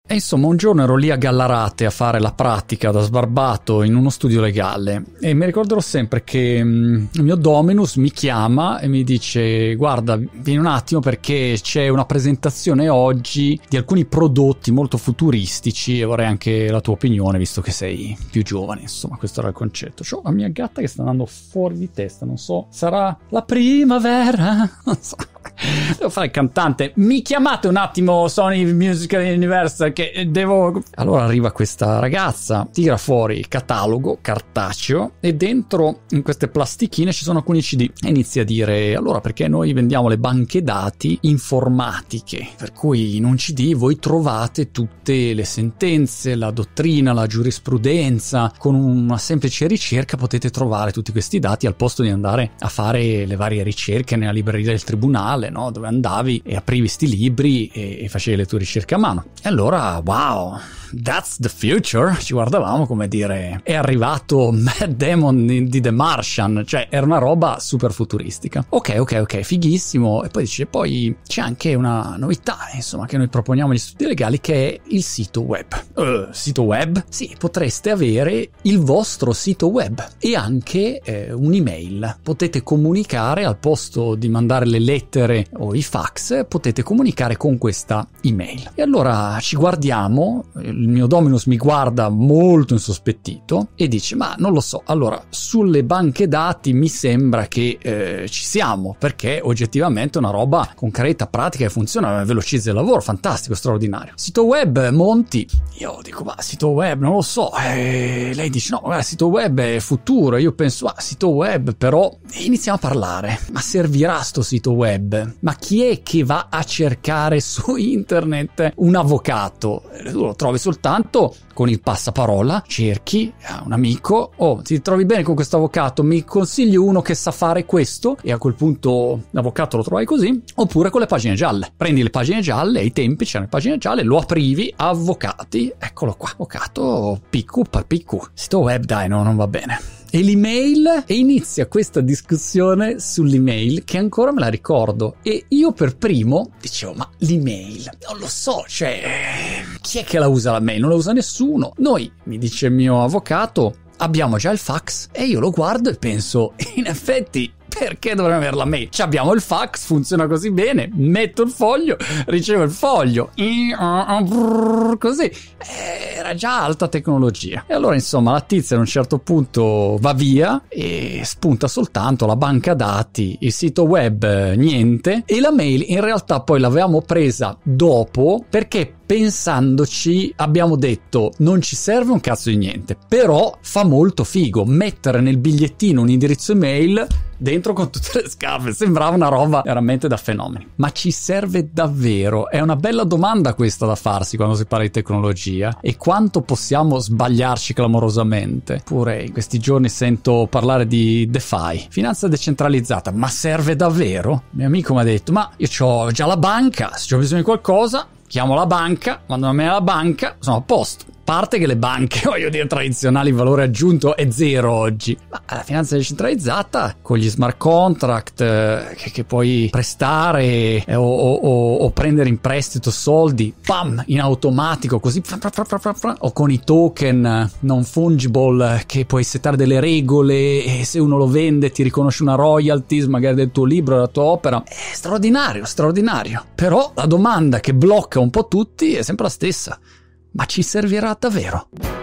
E insomma un giorno ero lì a Gallarate a fare la pratica da sbarbato in uno studio legale e mi ricorderò sempre che il mio Dominus mi chiama e mi dice: guarda, vieni un attimo perché c'è una presentazione oggi di alcuni prodotti molto futuristici e vorrei anche la tua opinione visto che sei più giovane. Insomma, questo era il concetto. C'ho la mia gatta che sta andando fuori di testa, non so, sarà la primavera? Non so. Devo fare il cantante. Mi chiamate un attimo Sony Musical Universe che devo... Allora arriva questa ragazza, tira fuori il catalogo cartaceo e dentro in queste plastichine ci sono alcuni CD e inizia a dire: allora, perché noi vendiamo le banche dati informatiche, per cui in un CD voi trovate tutte le sentenze, la dottrina, la giurisprudenza, con una semplice ricerca potete trovare tutti questi dati al posto di andare a fare le varie ricerche nella libreria del tribunale, no? Dove andavi e aprivi sti libri e facevi le tue ricerche a mano. E allora, wow, that's the future. Ci guardavamo come dire: è arrivato Matt Damon di The Martian, cioè era una roba super futuristica. Ok, fighissimo. E poi dice: poi c'è anche una novità, insomma, che noi proponiamo agli studi legali, che è il sito web. Sito web? Sì, potreste avere il vostro sito web e anche un'email. Potete comunicare, al posto di mandare le lettere o i fax, potete comunicare con questa email. E allora ci guardiamo, il mio Dominus mi guarda molto insospettito e dice: ma non lo so, allora sulle banche dati mi sembra che ci siamo, perché oggettivamente è una roba concreta, pratica e funziona, velocizza il lavoro, fantastico, straordinario. Sito web, Monti? Io dico: ma sito web non lo so. Lei dice: no, guarda, sito web è futuro. Io penso: sito web, però iniziamo a parlare. Ma servirà sto sito web? Ma chi è che va a cercare su internet un avvocato? Tu lo trovi soltanto con il passaparola, cerchi un amico: oh, ti trovi bene con questo avvocato, mi consigli uno che sa fare questo? E a quel punto l'avvocato lo trovi così. Oppure con le pagine gialle, prendi le pagine gialle, ai tempi c'erano le pagine gialle, lo aprivi, avvocati, eccolo qua, avvocato, piccu, sito web, dai, no, non va bene. E l'email, e inizia questa discussione sull'email che ancora me la ricordo, e io per primo dicevo: ma l'email non lo so, cioè chi è che la usa la mail? Non la usa nessuno. Noi, mi dice il mio avvocato, abbiamo già il fax. E io lo guardo e penso: in effetti, perché dovremmo avere la mail? Ci abbiamo il fax, funziona così bene, metto il foglio, ricevo il foglio, così. Era già alta tecnologia. E allora insomma la tizia a un certo punto va via e spunta soltanto la banca dati, il sito web niente, e la mail in realtà poi l'avevamo presa dopo, perché pensandoci abbiamo detto: non ci serve un cazzo di niente, però fa molto figo mettere nel bigliettino un indirizzo email dentro con tutte le scarpe. Sembrava una roba veramente da fenomeni. Ma ci serve davvero? È una bella domanda questa da farsi quando si parla di tecnologia, e quanto possiamo sbagliarci clamorosamente. Pure in questi giorni sento parlare di DeFi, finanza decentralizzata. Ma serve davvero? Il mio amico mi ha detto: ma io c'ho già la banca, se ho bisogno di qualcosa chiamo la banca, mandano a me alla banca, sono a posto. A parte che le banche, voglio dire, tradizionali, il valore aggiunto è zero oggi, ma la finanza decentralizzata con gli smart contract che puoi prestare o prendere in prestito soldi, pam, in automatico, così, o con i token non fungible che puoi settare delle regole e se uno lo vende ti riconosce una royalties magari del tuo libro, della tua opera. È straordinario. Però la domanda che blocca un po' tutti è sempre la stessa: ma ci servirà davvero?